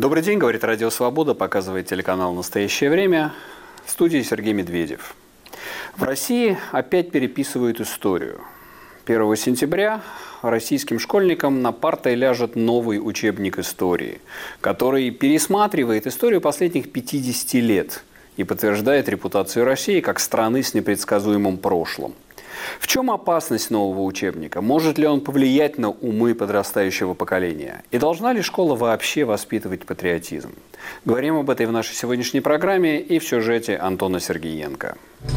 Добрый день, говорит Радио Свобода, показывает телеканал «Настоящее время». В студии Сергей Медведев. В России опять переписывают историю. 1 сентября российским школьникам на парты ляжет новый учебник истории, который пересматривает историю последних 50 лет и подтверждает репутацию России как страны с непредсказуемым прошлым. В чем опасность нового учебника? Может ли он повлиять на умы подрастающего поколения? И должна ли школа вообще воспитывать патриотизм? Говорим об этом в нашей сегодняшней программе и в сюжете Антона Сергеенко.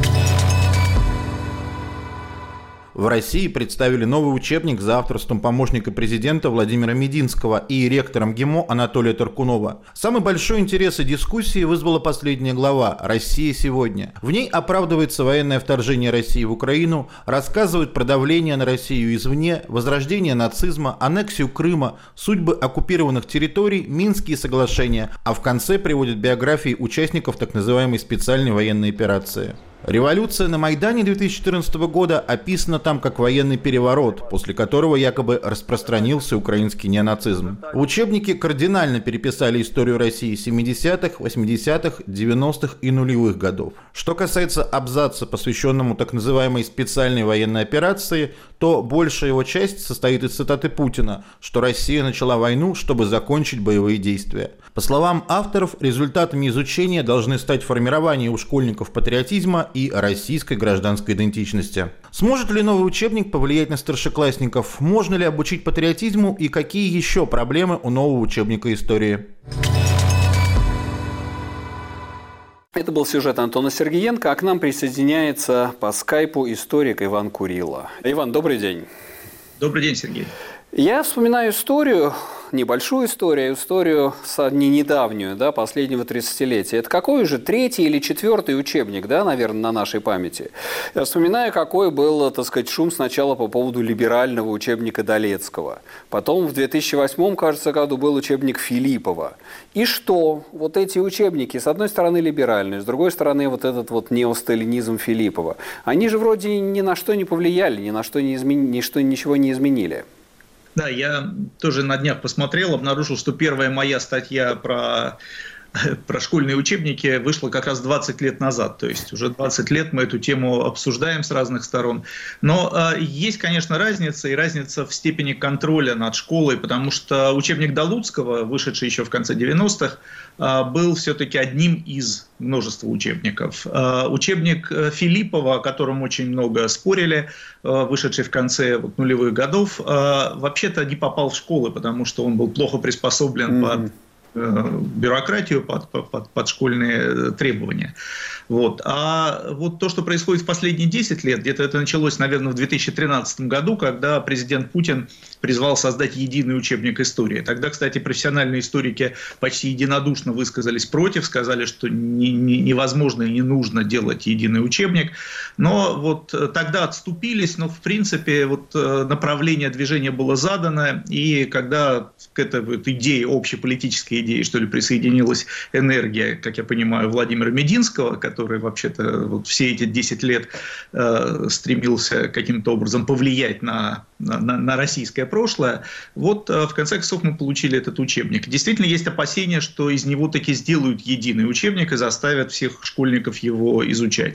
В России представили новый учебник за авторством помощника президента Владимира Мединского и ректором ГИМО Анатолия Таркунова. Самый большой интерес и дискуссии вызвала последняя глава «Россия сегодня». В ней оправдывается военное вторжение России в Украину, рассказывают про давление на Россию извне, возрождение нацизма, аннексию Крыма, судьбы оккупированных территорий, Минские соглашения, а в конце приводят биографии участников так называемой специальной военной операции. Революция на Майдане 2014 года описана там как военный переворот, после которого якобы распространился украинский неонацизм. В учебнике кардинально переписали историю России 70-х, 80-х, 90-х и нулевых годов. Что касается абзаца, посвященному так называемой специальной военной операции, то большая его часть состоит из цитаты Путина, что Россия начала войну, чтобы закончить боевые действия. По словам авторов, результатами изучения должны стать формирование у школьников патриотизма и российской гражданской идентичности. Сможет ли новый учебник повлиять на старшеклассников? Можно ли обучить патриотизму? И какие еще проблемы у нового учебника истории? Это был сюжет Антона Сергеенко, а к нам присоединяется по скайпу историк Иван Курило. Иван, добрый день. Добрый день, Сергей. Я вспоминаю историю, небольшую историю, не недавнюю, последнего 30-летия. Это какой же, 3-й или 4-й учебник, наверное, на нашей памяти. Я вспоминаю, какой был, шум сначала по поводу либерального учебника Долецкого. Потом в 2008, кажется, году был учебник Филиппова. И что? Вот эти учебники, с одной стороны либеральные, с другой стороны вот этот неосталинизм Филиппова, они же вроде ни на что не повлияли, ничего не изменили. Да, я тоже на днях посмотрел, обнаружил, что первая моя статья про школьные учебники вышла как раз 20 лет назад. То есть уже 20 лет мы эту тему обсуждаем с разных сторон. Но есть, конечно, разница, и разница в степени контроля над школой, потому что учебник Долуцкого, вышедший еще в конце 90-х, был все-таки одним из множества учебников. Учебник Филиппова, о котором очень много спорили, вышедший в конце нулевых годов, вообще-то не попал в школы, потому что он был плохо приспособлен под бюрократию, под школьные требования. А вот то, что происходит в последние 10 лет, где-то это началось, наверное, в 2013 году, когда президент Путин призвал создать единый учебник истории. Тогда, кстати, профессиональные историки почти единодушно высказались против, сказали, что невозможно и не нужно делать единый учебник. Но тогда отступились, но в принципе направление движения было задано, и когда к этой идее, общеполитической идее, что ли, присоединилась энергия, как я понимаю, Владимира Мединского, который вообще-то все эти 10 лет стремился каким-то образом повлиять на российское прошлое, в конце концов мы получили этот учебник. Действительно, есть опасения, что из него таки сделают единый учебник и заставят всех школьников его изучать.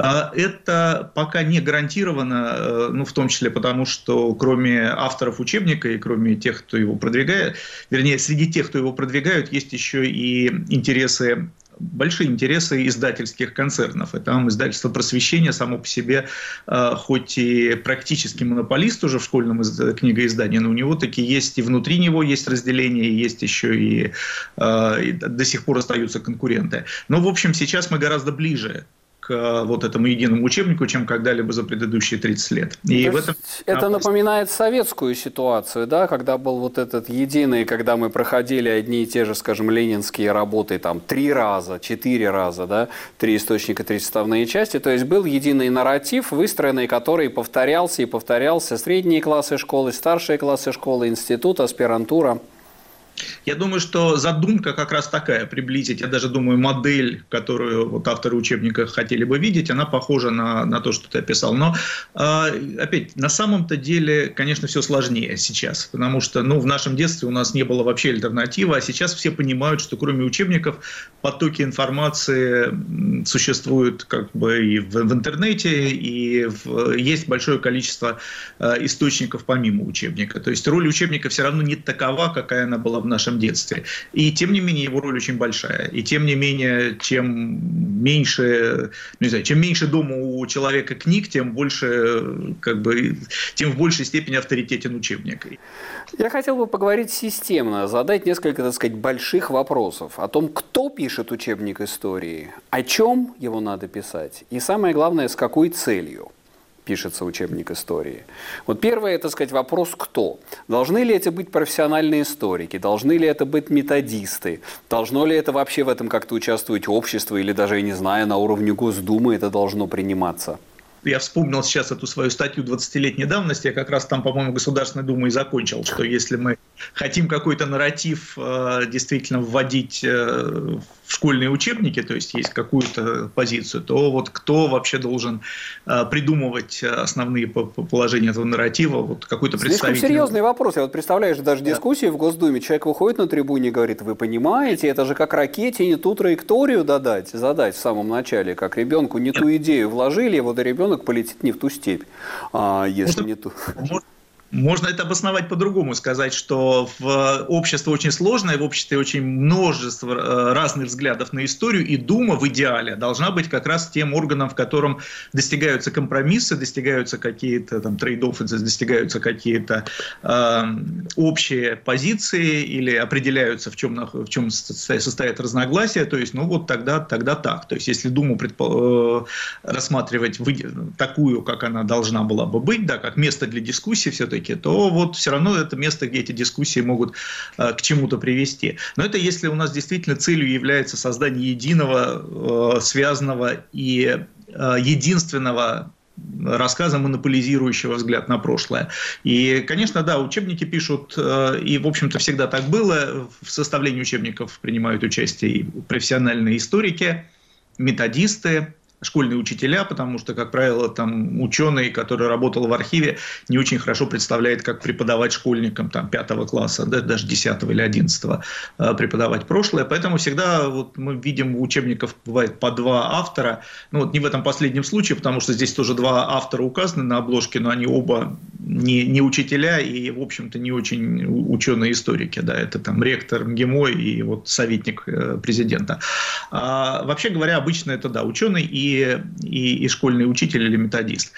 Это пока не гарантировано, в том числе потому, что кроме авторов учебника и кроме тех, кто его продвигает, вернее, среди тех, кто его продвигают, есть еще и большие интересы издательских концернов. Это издательство «Просвещение» само по себе, хоть и практически монополист уже в школьном книгоиздании, но у него таки есть и внутри него есть разделение, и есть еще и до сих пор остаются конкуренты. Но, в общем, сейчас мы гораздо ближе к этому единому учебнику, чем когда-либо за предыдущие 30 лет. И это напоминает советскую ситуацию, когда был этот единый, когда мы проходили одни и те же, ленинские работы 3 раза, 4 раза, 3 источника, 3 составные части, то есть был единый нарратив, выстроенный, который повторялся и повторялся, средние классы школы, старшие классы школы, институт, аспирантура. Я думаю, что задумка как раз такая, приблизить, я даже думаю, модель, которую вот авторы учебника хотели бы видеть, она похожа на то, что ты описал. Но, опять, на самом-то деле, конечно, все сложнее сейчас, потому что, в нашем детстве у нас не было вообще альтернативы, а сейчас все понимают, что кроме учебников потоки информации существуют как бы и в интернете, и есть большое количество источников помимо учебника. То есть роль учебника все равно не такова, какая она была в нашем детстве. И тем не менее его роль очень большая. И тем не менее, чем меньше дома у человека книг, тем больше, тем в большей степени авторитетен учебник. Я хотел бы поговорить системно, задать несколько, так сказать, больших вопросов о том, кто пишет учебник истории, о чем его надо писать, и самое главное, с какой целью пишется учебник истории. Вот первое, так сказать, вопрос «кто?». Должны ли это быть профессиональные историки? Должны ли это быть методисты? Должно ли это вообще в этом как-то участвовать общество? Или даже, я не знаю, на уровне Госдумы это должно приниматься? Я вспомнил сейчас эту свою статью 20-летней давности, я как раз там, по-моему, Государственной Думой и закончил, что если мы хотим какой-то нарратив действительно вводить в школьные учебники, то есть есть какую-то позицию, то вот кто вообще должен придумывать основные положения этого нарратива, вот какой-то представитель. Слишком серьезный вопрос. Я вот представляешь, даже дискуссии в Госдуме, человек выходит на трибуне и говорит: вы понимаете, это же как ракете не ту траекторию задать в самом начале, как ребенку не ту идею вложили, и вот ребенок полетит не в ту степь, если не ту. Можно это обосновать по-другому, сказать, что общество очень сложное, в обществе очень множество разных взглядов на историю, и Дума в идеале должна быть как раз тем органом, в котором достигаются компромиссы, достигаются какие-то там трейд-оффы, достигаются какие-то общие позиции или определяются, в чем состоят разногласия, то есть, тогда так. То есть, если Думу рассматривать такую, как она должна была бы быть, да, как место для дискуссии все-таки, то вот все равно это место, где эти дискуссии могут к чему-то привести. Но это если у нас действительно целью является создание единого, связанного и единственного рассказа, монополизирующего взгляд на прошлое. И, конечно, да, учебники пишут, и, в общем-то, всегда так было. В составлении учебников принимают участие и профессиональные историки, методисты, школьные учителя, потому что, как правило, там ученый, который работал в архиве, не очень хорошо представляет, как преподавать школьникам 5 класса, да, даже 10 или 11 преподавать прошлое. Поэтому всегда вот мы видим в учебниках бывает по 2 автора. Не в этом последнем случае, потому что здесь тоже 2 автора указаны на обложке, но они оба не учителя и, в общем-то, не очень ученые-историки. Да, это там ректор МГИМО и вот советник президента. А вообще говоря, обычно это, да, ученый и школьный учитель или методист.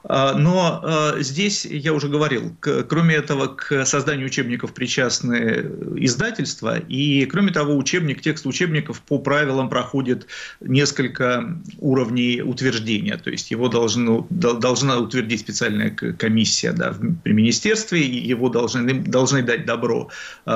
Но здесь, я уже говорил, кроме этого, к созданию учебников причастны издательства, и, кроме того, текст учебников по правилам проходит несколько уровней утверждения, то есть его должна утвердить специальная комиссия, да, при министерстве, его должны дать добро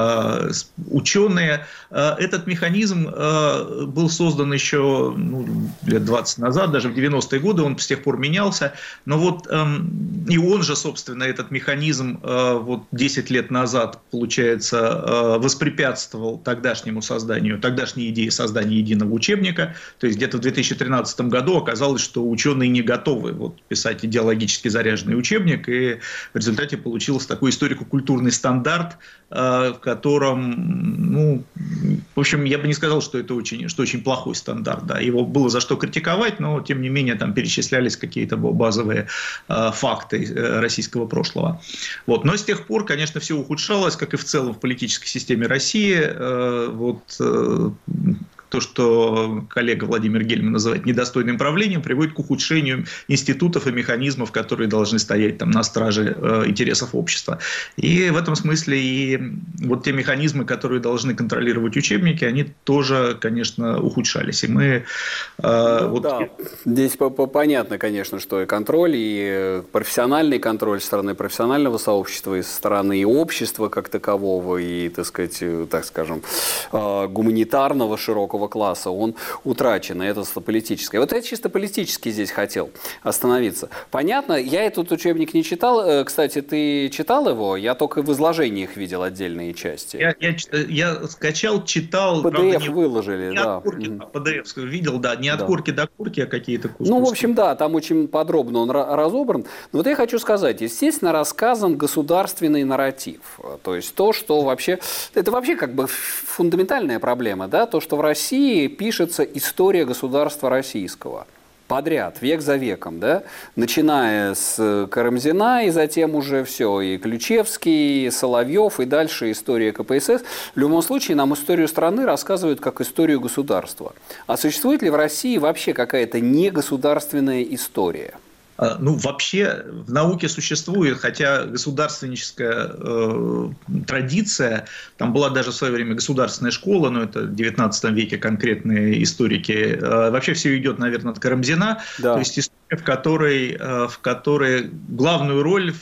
ученые. Этот механизм был создан еще лет 20 назад, даже в 90-е годы, он с тех пор менялся, но вот и он же, собственно, этот механизм 10 лет назад, получается, воспрепятствовал тогдашней идее создания единого учебника, то есть где-то в 2013 году оказалось, что ученые не готовы писать идеологически заряженный учебник, и в результате получился такой историко-культурный стандарт, в котором, в общем, я бы не сказал, что это очень плохой стандарт, да, его было за что критиковать, но, тем не менее, там перечислялись какие-то базовые факты российского прошлого. Но с тех пор, конечно, все ухудшалось, как и в целом в политической системе России. То, что коллега Владимир Гельман называет недостойным правлением, приводит к ухудшению институтов и механизмов, которые должны стоять там на страже интересов общества. И в этом смысле и те механизмы, которые должны контролировать учебники, они тоже, конечно, ухудшались. И мы... Да, здесь понятно, конечно, что и контроль, и профессиональный контроль со стороны профессионального сообщества, и со стороны общества как такового, и, так скажем, гуманитарного широкого высокого класса, он утрачен, и это политическое. Вот я чисто политически здесь хотел остановиться. Понятно, я этот учебник не читал. Кстати, ты читал его? Я только в изложениях видел отдельные части. Я скачал, читал. PDF выложили, да. PDF видел, да, не от корки до корки, а какие-то куски. Ну, в общем, да, там очень подробно он разобран. Но вот я хочу сказать, естественно, рассказан государственный нарратив. То есть то, что вообще... Это вообще как бы фундаментальная проблема, да, то, что в России пишется история государства российского. Подряд, век за веком, да, начиная с Карамзина, и затем уже все, и Ключевский, и Соловьев, и дальше история КПСС. В любом случае, нам историю страны рассказывают как историю государства. А существует ли в России вообще какая-то негосударственная история? Ну, вообще в науке существует, хотя государственническая традиция, там была даже в свое время государственная школа, но это в 19 веке конкретные историки, вообще все идет, наверное, от Карамзина, да. То есть история, в которой главную роль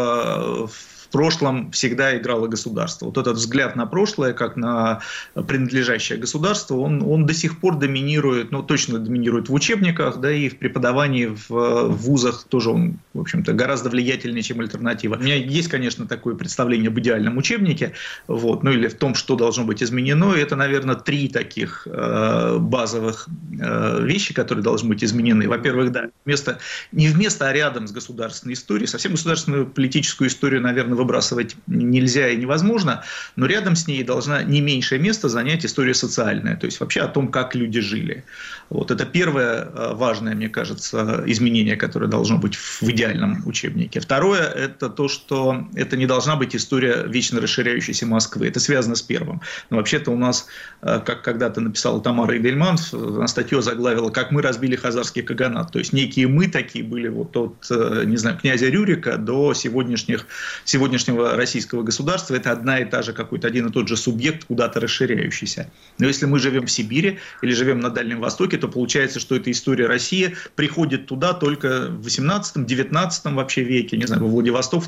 в прошлом всегда играло государство. Вот этот взгляд на прошлое, как на принадлежащее государству, он до сих пор доминирует, ну, точно доминирует в учебниках, да, и в преподавании в вузах тоже он, в общем-то, гораздо влиятельнее, чем альтернатива. У меня есть, конечно, такое представление об идеальном учебнике, вот, ну, или в том, что должно быть изменено, и это, наверное, 3 таких базовых вещи, которые должны быть изменены. Во-первых, да, не вместо, а рядом с государственной историей. Совсем государственную политическую историю, наверное, выбрасывать нельзя и невозможно, но рядом с ней должна не меньшее место занять история социальная, то есть вообще о том, как люди жили. Вот это первое важное, мне кажется, изменение, которое должно быть в идеальном учебнике. Второе – это то, что это не должна быть история вечно расширяющейся Москвы. Это связано с первым. Но вообще-то у нас, как когда-то написала Тамара Игельман, она статью заглавила «Как мы разбили хазарский каганат». То есть некие мы такие были вот от, не знаю, князя Рюрика до сегодняшнего российского государства. Это одна и та же, какой-то один и тот же субъект, куда-то расширяющийся. Но если мы живем в Сибири или живем на Дальнем Востоке, то получается, что эта история России приходит туда только в 18-19 вообще веке, не знаю, во Владивосток в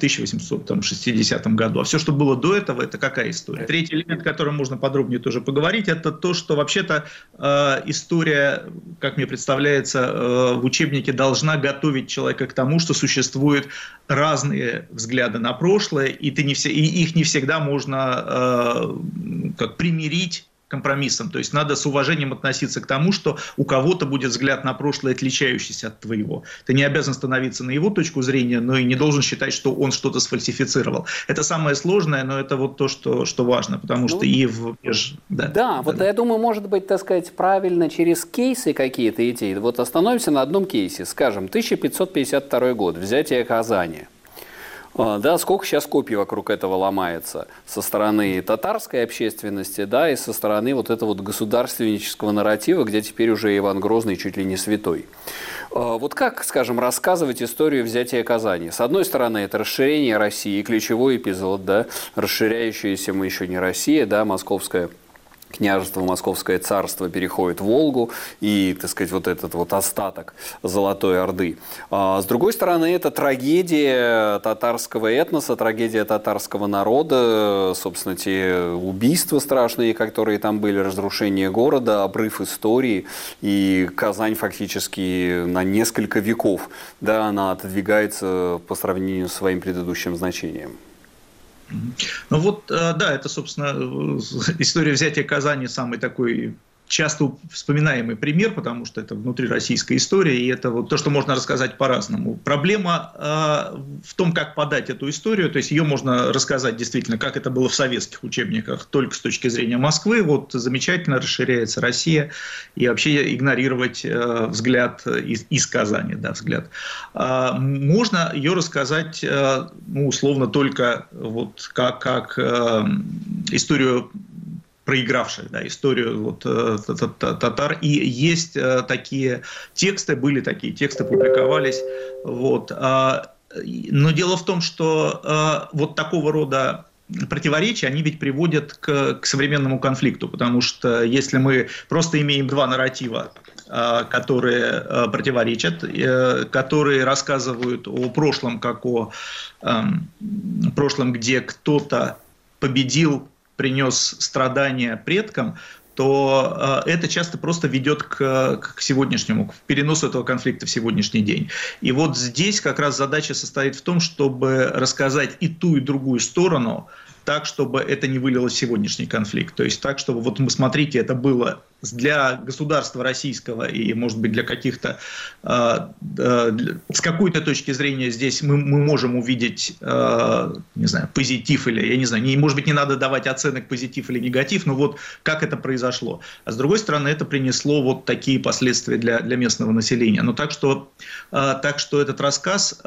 1860 году. А все, что было до этого, это какая история? Третий элемент, о котором можно подробнее тоже поговорить, это то, что вообще-то история, как мне представляется, в учебнике должна готовить человека к тому, что существуют разные взгляды на прошлое, и их не всегда можно как примирить компромиссом. То есть надо с уважением относиться к тому, что у кого-то будет взгляд на прошлое, отличающийся от твоего. Ты не обязан становиться на его точку зрения, но и не должен считать, что он что-то сфальсифицировал. Это самое сложное, но это вот то, что важно, потому что вот я думаю, может быть, так сказать, правильно через кейсы какие-то идти. Вот остановимся на одном кейсе. Скажем, 1552 год, взятие Казани. Да, сколько сейчас копий вокруг этого ломается со стороны татарской общественности, да, и со стороны вот этого вот государственнического нарратива, где теперь уже Иван Грозный чуть ли не святой. Вот как, скажем, рассказывать историю взятия Казани? С одной стороны, это расширение России, ключевой эпизод, да, расширяющаяся мы еще не Россия, да, московская княжество, Московское царство переходит в Волгу и, так сказать, вот этот вот остаток Золотой Орды. А с другой стороны, это трагедия татарского этноса, трагедия татарского народа, собственно, те убийства страшные, которые там были, разрушение города, обрыв истории, и Казань фактически на несколько веков, да, она отодвигается по сравнению с своим предыдущим значением. Ну вот, да, это, собственно, история взятия Казани самый такой часто вспоминаемый пример, потому что это внутрироссийская история, и это вот то, что можно рассказать по-разному. Проблема в том, как подать эту историю, то есть ее можно рассказать действительно, как это было в советских учебниках, только с точки зрения Москвы, вот замечательно расширяется Россия, и вообще игнорировать взгляд из Казани, да, взгляд. Можно ее рассказать, ну, условно, только вот как историю проигравших, да, историю вот, татар. И есть такие тексты, были такие тексты, публиковались. Вот. Но дело в том, что вот такого рода противоречия, они ведь приводят к современному конфликту, потому что если мы просто имеем два нарратива, которые противоречат, которые рассказывают о прошлом, как о прошлом, где кто-то победил, принес страдания предкам, то это часто просто ведет к сегодняшнему, к переносу этого конфликта в сегодняшний день. И вот здесь как раз задача состоит в том, чтобы рассказать и ту, и другую сторону так, чтобы это не вылилось в сегодняшний конфликт. То есть так, чтобы, вот смотрите, это было для государства российского и, может быть, для каких-то, с какой-то точки зрения здесь мы можем увидеть, не знаю, позитив или, я не знаю, может быть, не надо давать оценок позитив или негатив, но вот как это произошло. А с другой стороны, это принесло вот такие последствия для местного населения. Ну, так что этот рассказ...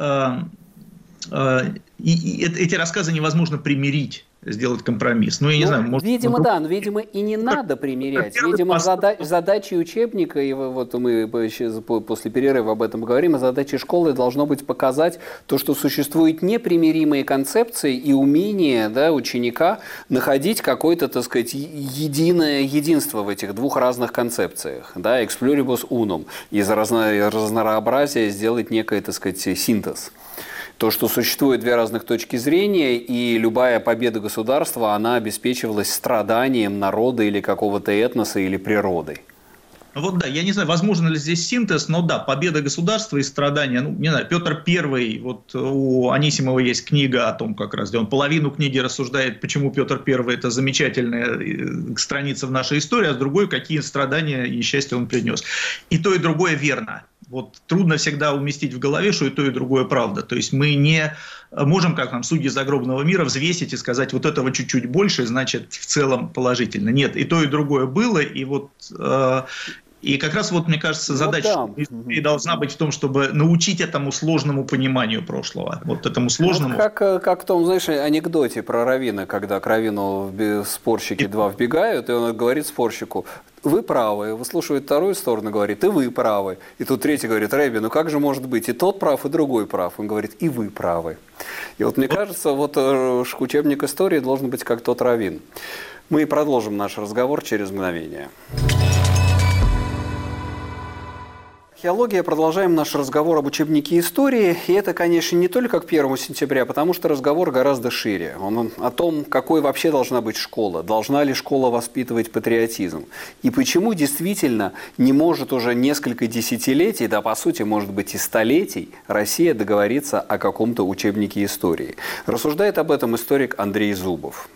И эти рассказы невозможно примирить, сделать компромисс. Ну, я не знаю, может... Видимо, да, но, видимо, и не надо примирять. Видимо, задачей учебника, и вот мы после перерыва об этом говорим, задачей школы должно быть показать то, что существуют непримиримые концепции и умение, да, ученика находить какое-то, так сказать, единство в этих двух разных концепциях. Да, ex pluribus unum. Из разнообразия сделать некий, так сказать, синтез. То, что существует две разных точки зрения, и любая победа государства, она обеспечивалась страданием народа или какого-то этноса или природы. Вот да, я не знаю, возможно ли здесь синтез, но да, победа государства и страдания, ну, не знаю, Петр I, вот у Анисимова есть книга о том, как раз, где он половину книги рассуждает, почему Петр I это замечательная страница в нашей истории, а с другой, какие страдания и счастья он принес. И то, и другое верно. Вот трудно всегда уместить в голове, что и то, и другое правда. То есть мы не можем, как нам судьи загробного мира, взвесить и сказать, вот этого чуть-чуть больше, значит, в целом положительно. Нет, и то, и другое было, и вот... И как раз вот, мне кажется, задача и должна быть в том, чтобы научить этому сложному пониманию прошлого. Вот этому сложному. Вот как в том, знаешь, анекдоте про раввина, когда к раввину спорщики два вбегают, и он говорит спорщику: вы правы, выслушивает вторую сторону, говорит: и вы правы. И тут третий говорит: Рэбби, ну как же может быть, и тот прав, и другой прав. Он говорит: и вы правы. И вот мне кажется, вот учебник истории должен быть как тот раввин. Мы продолжим наш разговор через мгновение. Археология. Продолжаем наш разговор об учебнике истории. И это, конечно, не только к 1 сентября, потому что разговор гораздо шире. Он о том, какой вообще должна быть школа. Должна ли школа воспитывать патриотизм? И почему действительно не может уже несколько десятилетий, да по сути, может быть и столетий, Россия договориться о каком-то учебнике истории? Рассуждает об этом историк Андрей Зубов.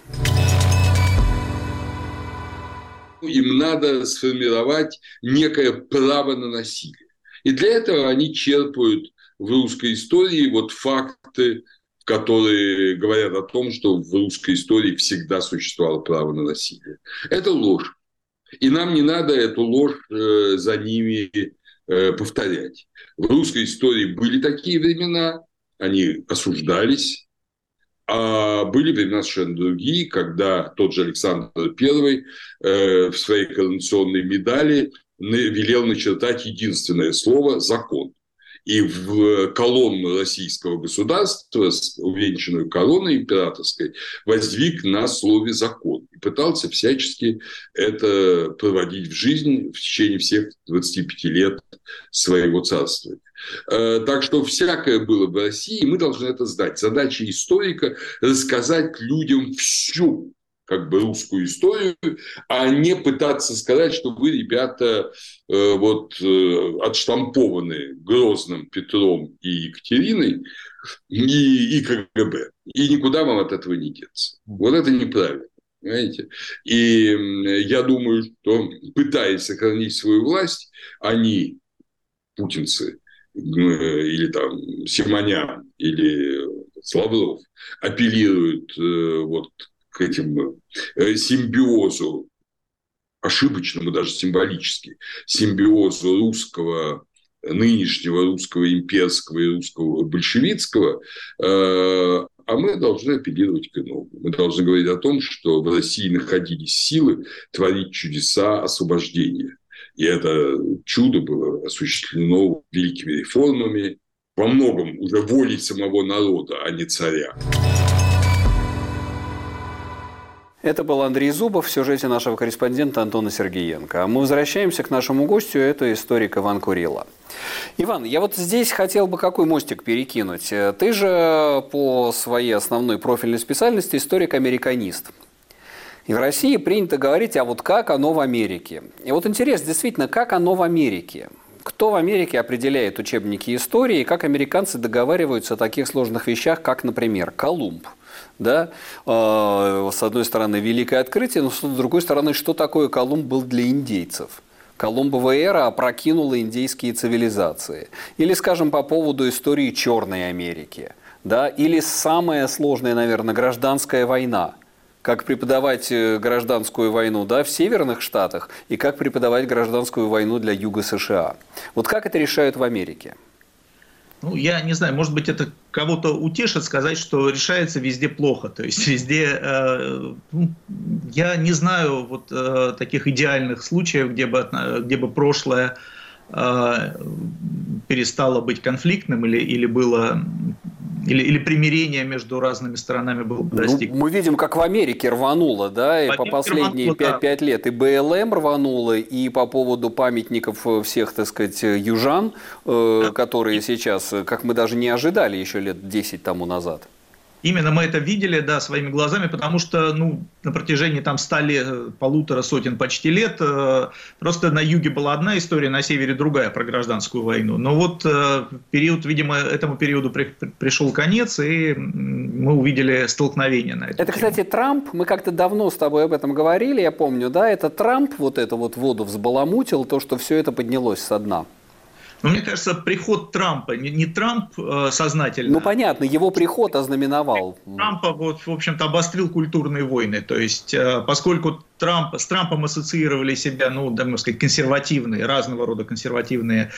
Им надо сформировать некое право на насилие. И для этого они черпают в русской истории вот факты, которые говорят о том, что в русской истории всегда существовало право на насилие. Это ложь. И нам не надо эту ложь за ними повторять. В русской истории были такие времена, они осуждались. А были времена совершенно другие, когда тот же Александр I в своей коронационной медали велел начертать единственное слово «закон». И в колонну российского государства, увенчанную короной императорской, воздвиг на слове «закон». И пытался всячески это проводить в жизнь в течение всех 25 лет своего царствования. Так что всякое было в России, мы должны это знать. Задача историка – рассказать людям всю как бы русскую историю, а не пытаться сказать, что вы, ребята, отштампованы Грозным, Петром и Екатериной и КГБ. И никуда вам от этого не деться. Вот это неправильно. Понимаете? И я думаю, что, пытаясь сохранить свою власть, они, путинцы, или там Симонян, или Лавров, апеллируют к этим симбиозу, ошибочному даже символически, симбиозу русского, нынешнего русского имперского и русского большевистского, а мы должны апеллировать к иному. Мы должны говорить о том, что в России находились силы творить чудеса освобождения. И это чудо было осуществлено великими реформами, во многом уже волей самого народа, а не царя. Это был Андрей Зубов в сюжете нашего корреспондента Антона Сергеенко. А мы возвращаемся к нашему гостю, это историк Иван Курило. Иван, я вот здесь хотел бы какой мостик перекинуть. Ты же по своей основной профильной специальности историк-американист. И в России принято говорить, а вот как оно в Америке. И вот интересно, действительно, как оно в Америке? Кто в Америке определяет учебники истории, и как американцы договариваются о таких сложных вещах, как, например, Колумб? Да? С одной стороны, великое открытие, но с другой стороны, что такое Колумб был для индейцев? Колумбова эра опрокинула индейские цивилизации. Или, скажем, по поводу истории Черной Америки. Да? Или самая сложная, наверное, гражданская война. Как преподавать гражданскую войну, да, в северных штатах и как преподавать гражданскую войну для Юга США. Вот как это решают в Америке? Ну, я не знаю, может быть, это кого-то утешит сказать, что решается везде плохо. То есть везде, я не знаю вот таких идеальных случаев, где бы прошлое перестало быть конфликтным или было... Или примирение между разными сторонами было достигнуто. Ну, мы видим, как в Америке рвануло, да, и по последние 5 лет и БЛМ рвануло, и по поводу памятников всех, так сказать, южан, которые сейчас, как мы даже не ожидали еще лет 10 тому назад. Именно мы это видели, да, своими глазами, потому что, ну, на протяжении там 100 лет, 150 почти лет, просто на юге была одна история, на севере другая про гражданскую войну. Но вот период, видимо, этому периоду пришел конец, и мы увидели столкновение на эту Это, тему. кстати, Трамп, мы как-то давно с тобой об этом говорили, я помню, да, это Трамп вот эту вот воду взбаламутил, то, что все это поднялось со дна. Но мне кажется, приход Трампа, не Трамп сознательно. Ну, понятно, его приход ознаменовал. Трампа, вот, в общем-то, обострил культурные войны. То есть, поскольку с Трампом ассоциировали себя, ну, да, можно сказать, консервативные, разного рода консервативные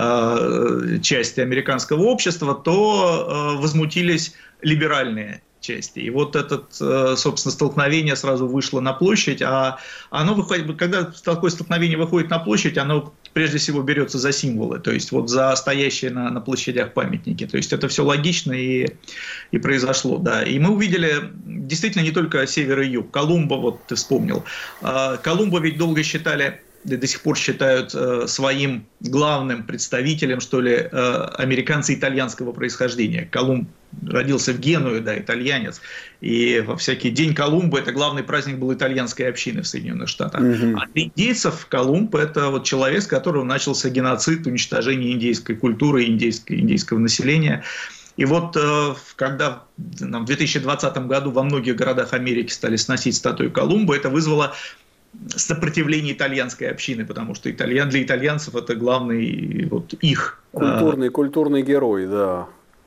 части американского общества, то возмутились либеральные части. И вот это, собственно, столкновение сразу вышло на площадь, а оно выходит, когда такое столкновение выходит на площадь, оно прежде всего берется за символы, то есть вот за стоящие на площадях памятники. То есть это все логично и произошло, да. И мы увидели действительно не только север и юг. Колумба, вот ты вспомнил. Колумба ведь долго считали, до сих пор считают своим главным представителем, что ли, американца итальянского происхождения. Колумб родился в Генуе, да, итальянец. И во всякий день Колумба, это главный праздник был итальянской общины в Соединенных Штатах. А для индейцев Колумб – это вот человек, с которого начался геноцид, уничтожение индейской культуры, индейского населения. И вот когда в 2020 году во многих городах Америки стали сносить статую Колумба, это вызвало сопротивление итальянской общины, потому что для итальянцев это главный вот их культурный герой, да.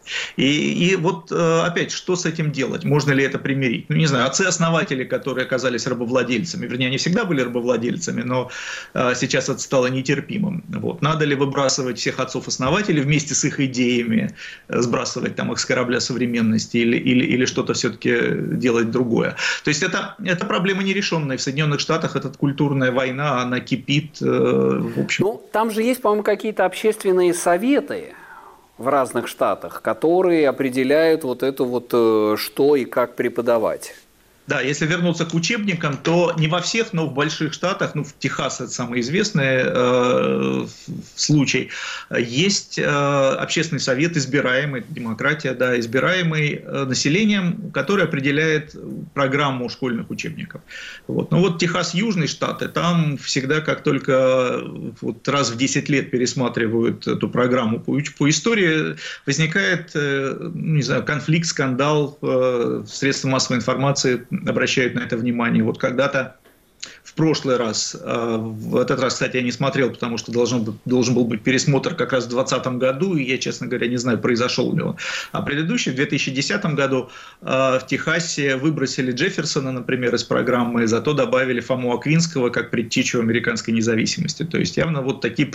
И вот опять, что с этим делать? Можно ли это примирить? Ну, не знаю, отцы-основатели, которые оказались рабовладельцами, вернее, они всегда были рабовладельцами, но сейчас это стало нетерпимым. Вот. Надо ли выбрасывать всех отцов-основателей вместе с их идеями, сбрасывать там их с корабля современности или что-то все-таки делать другое? То есть это проблема нерешенная. В Соединенных Штатах эта культурная война, она кипит. В общем. Ну, там же есть, по-моему, какие-то общественные советы в разных штатах, которые определяют вот это вот, что и как преподавать. Да, если вернуться к учебникам, то не во всех, но в больших штатах, ну, в Техасе это самый известный случай, есть общественный совет, избираемый, демократия, да, избираемый населением, который определяет программу школьных учебников. Вот. Ну вот Техас, южный штат, и там всегда, как только вот раз в 10 лет пересматривают эту программу по истории, возникает, не знаю, конфликт, скандал, средства массовой информации обращают на это внимание. Вот когда-то в прошлый раз, в этот раз, кстати, я не смотрел, потому что должен был быть пересмотр как раз в 2020 году, и я, честно говоря, не знаю, произошел ли он. А предыдущий, в 2010 году, в Техасе выбросили Джефферсона, например, из программы, зато добавили Фому Аквинского как предтечу американской независимости. То есть явно вот такие...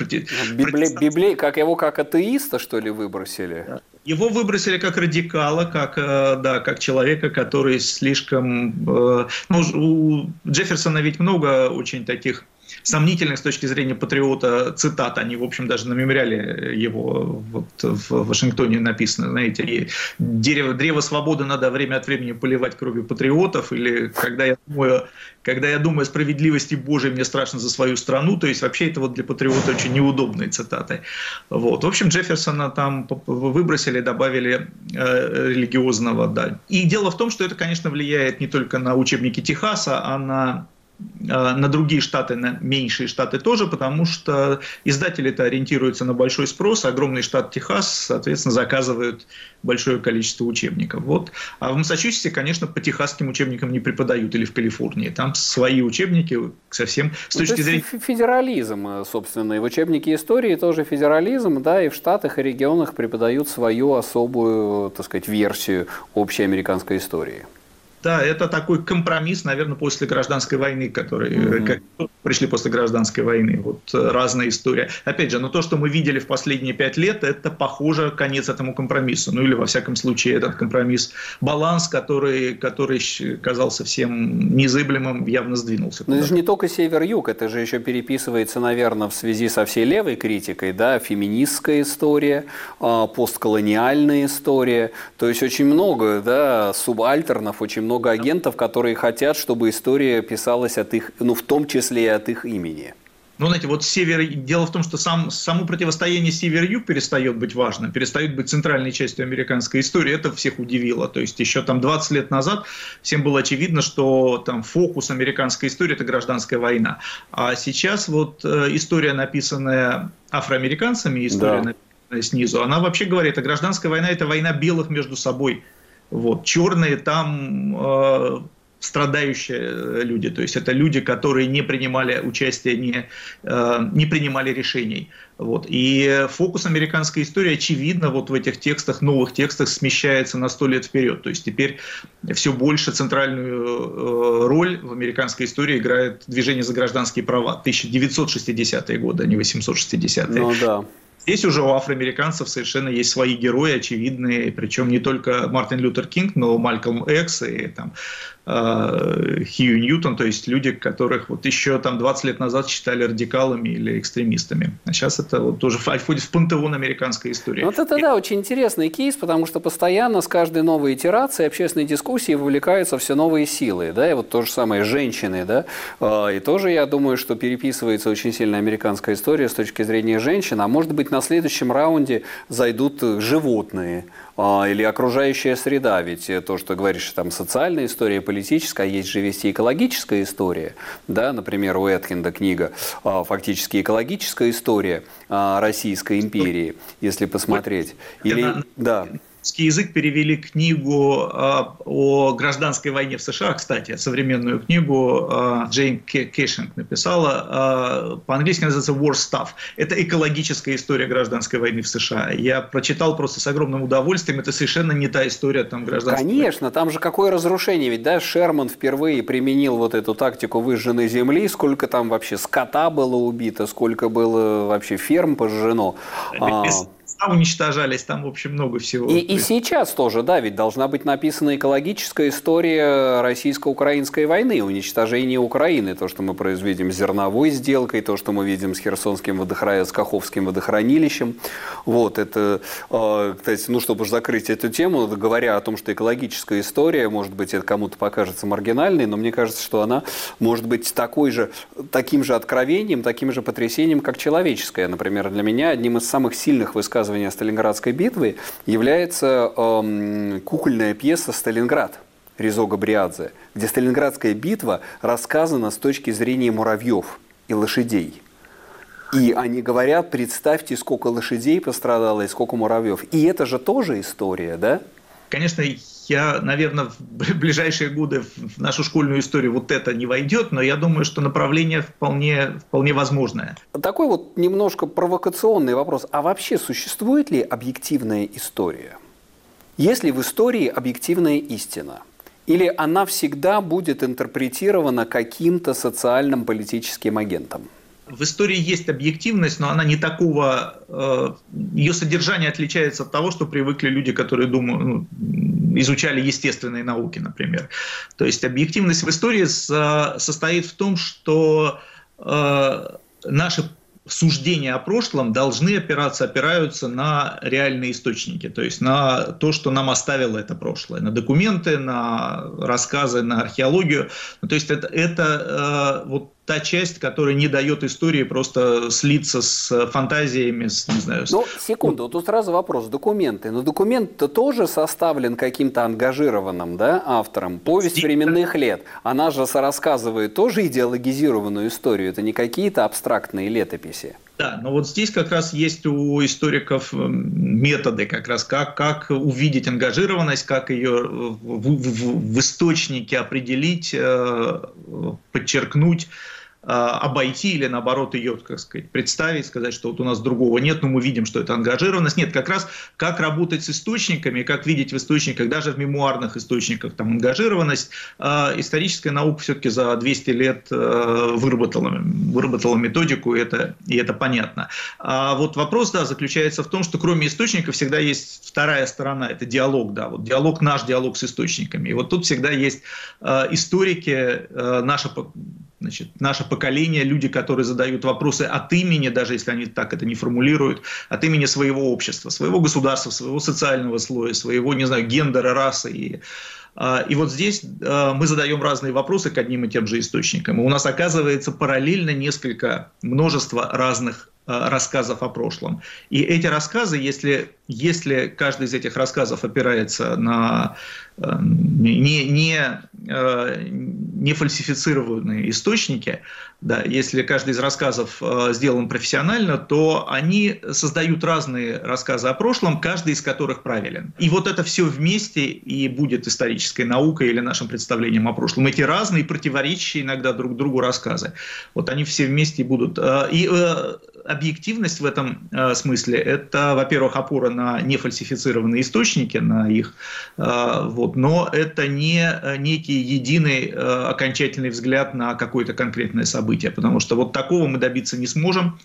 как атеиста, что ли, выбросили? Его выбросили как радикала, как человека, который слишком... у Джефферсона ведь много очень таких сомнительных с точки зрения патриота цитат. Они, в общем, даже на мемориале его вот в Вашингтоне написано, знаете, и древо свободы надо время от времени поливать кровью патриотов, или когда я думаю о справедливости Божией, мне страшно за свою страну. То есть вообще это вот для патриота очень неудобные цитаты. Вот. В общем, Джефферсона там выбросили, добавили религиозного. Да. И дело в том, что это, конечно, влияет не только на учебники Техаса, а на другие штаты, на меньшие штаты тоже, потому что издатели-то ориентируются на большой спрос, огромный штат Техас, соответственно, заказывают большое количество учебников. Вот. А в Массачусетсе, конечно, по техасским учебникам не преподают, или в Калифорнии. Там свои учебники совсем с точки зрения... Федерализм, собственно, и в учебнике истории тоже федерализм, да, и в штатах и регионах преподают свою особую, так сказать, версию общей американской истории. Да, это такой компромисс, наверное, после гражданской войны, которые пришли после гражданской войны. Вот разная история. Опять же, но то, что мы видели в последние 5 лет, это похоже конец этому компромиссу. Ну или, во всяком случае, этот компромисс, баланс, который казался всем незыблемым, явно сдвинулся. Но это же не только север-юг, это же еще переписывается, наверное, в связи со всей левой критикой, да, феминистская история, постколониальная история. То есть очень много, да, субальтернов, очень много агентов, которые хотят, чтобы история писалась от их, ну, в том числе и от их имени. Ну, знаете, вот дело в том, что само противостояние север-юг перестает быть важным, перестает быть центральной частью американской истории. Это всех удивило. То есть еще там 20 лет назад всем было очевидно, что там фокус американской истории – это гражданская война. А сейчас вот история, написанная афроамериканцами, история, написанная снизу, она вообще говорит, что гражданская война – это война белых между собой. Вот. Черные там страдающие люди, то есть это люди, которые не принимали участие, не принимали решений. Вот. И фокус американской истории, очевидно, вот в этих текстах, новых текстах смещается на 100 лет вперед. То есть теперь все больше центральную роль в американской истории играет движение за гражданские права. 1960-е годы, а не 860-е. Ну да. Здесь уже у афроамериканцев совершенно есть свои герои очевидные, причем не только Мартин Лютер Кинг, но Малькольм Экс и там, Хью Ньютон, то есть люди, которых вот еще там 20 лет назад считали радикалами или экстремистами. А сейчас это вот тоже входит в пантеон американской истории. Вот это, да, очень интересный кейс, потому что постоянно с каждой новой итерацией общественной дискуссии вовлекаются все новые силы, да, и вот то же самое женщины, да, и тоже, я думаю, что переписывается очень сильно американская история с точки зрения женщин, а может быть на следующем раунде зайдут животные или окружающая среда, ведь то, что говоришь, там социальная история, политическая, есть же весь и экологическая история, да, например, у Эткинда книга фактически экологическая история Российской империи, если посмотреть. Или, да. Русский язык перевели книгу о гражданской войне в США, кстати, современную книгу Джейн Кэшинг написала, по-английски называется War Stuff. Это экологическая история гражданской войны в США. Я прочитал просто с огромным удовольствием, это совершенно не та история там гражданской войны. Конечно, там же какое разрушение, ведь, да, Шерман впервые применил вот эту тактику выжженной земли, сколько там вообще скота было убито, сколько было вообще ферм пожжено. Уничтожались, там, в общем, много всего. И сейчас тоже, да, ведь должна быть написана экологическая история российско-украинской войны, уничтожение Украины, то, что мы произведем с зерновой сделкой, то, что мы видим с Херсонским с Каховским водохранилищем. Вот, это, кстати, ну, чтобы закрыть эту тему, говоря о том, что экологическая история, может быть, это кому-то покажется маргинальной, но мне кажется, что она может быть таким же откровением, таким же потрясением, как человеческая. Например, для меня одним из самых сильных высказываний о Сталинградской битве является кукольная пьеса «Сталинград» Ризо Габриадзе, где Сталинградская битва рассказана с точки зрения муравьев и лошадей. И они говорят, представьте, сколько лошадей пострадало и сколько муравьев. И это же тоже история, да? Конечно, наверное, в ближайшие годы в нашу школьную историю вот это не войдет, но я думаю, что направление вполне возможное. Такой вот немножко провокационный вопрос. А вообще существует ли объективная история? Есть ли в истории объективная истина? Или она всегда будет интерпретирована каким-то социальным политическим агентом? В истории есть объективность, но она не такого... Ее содержание отличается от того, что привыкли люди, которые изучали естественные науки, например. То есть объективность в истории состоит в том, что наши суждения о прошлом опираются на реальные источники, то есть на то, что нам оставило это прошлое, на документы, на рассказы, на археологию. То есть это вот та часть, которая не дает истории просто слиться с фантазиями, не знаю. Ну, секунду, вот тут сразу вопрос. Документы. Но документ-то тоже составлен каким-то ангажированным, да, автором. «Повесть временных лет». Она же рассказывает тоже идеологизированную историю. Это не какие-то абстрактные летописи. Да, но вот здесь как раз есть у историков методы, как раз как увидеть ангажированность, как ее в источнике определить, подчеркнуть, обойти или наоборот ее, как сказать, представить, сказать, что вот у нас другого нет, но мы видим, что это ангажированность. Нет, как раз как работать с источниками, как видеть в источниках, даже в мемуарных источниках там ангажированность, историческая наука все-таки за 200 лет выработала методику, и это понятно. А вот вопрос, да, заключается в том, что кроме источников всегда есть вторая сторона, это диалог, да, вот наш диалог с источниками. И вот тут всегда есть историки, наше поколение, люди, которые задают вопросы от имени, даже если они так это не формулируют, от имени своего общества, своего государства, своего социального слоя, своего, не знаю, гендера, расы. И вот здесь мы задаем разные вопросы к одним и тем же источникам. И у нас оказывается параллельно множество разных рассказов о прошлом. И эти рассказы, если каждый из этих рассказов опирается на не фальсифицированные источники, да, если каждый из рассказов сделан профессионально, то они создают разные рассказы о прошлом, каждый из которых правилен. И вот это все вместе и будет исторической наукой или нашим представлением о прошлом. Эти разные, противоречащие иногда друг другу рассказы. Вот они все вместе будут. И объективность в этом смысле – это, во-первых, опора на нефальсифицированные источники, на их, но это не некий единый окончательный взгляд на какое-то конкретное событие, потому что вот такого мы добиться не сможем.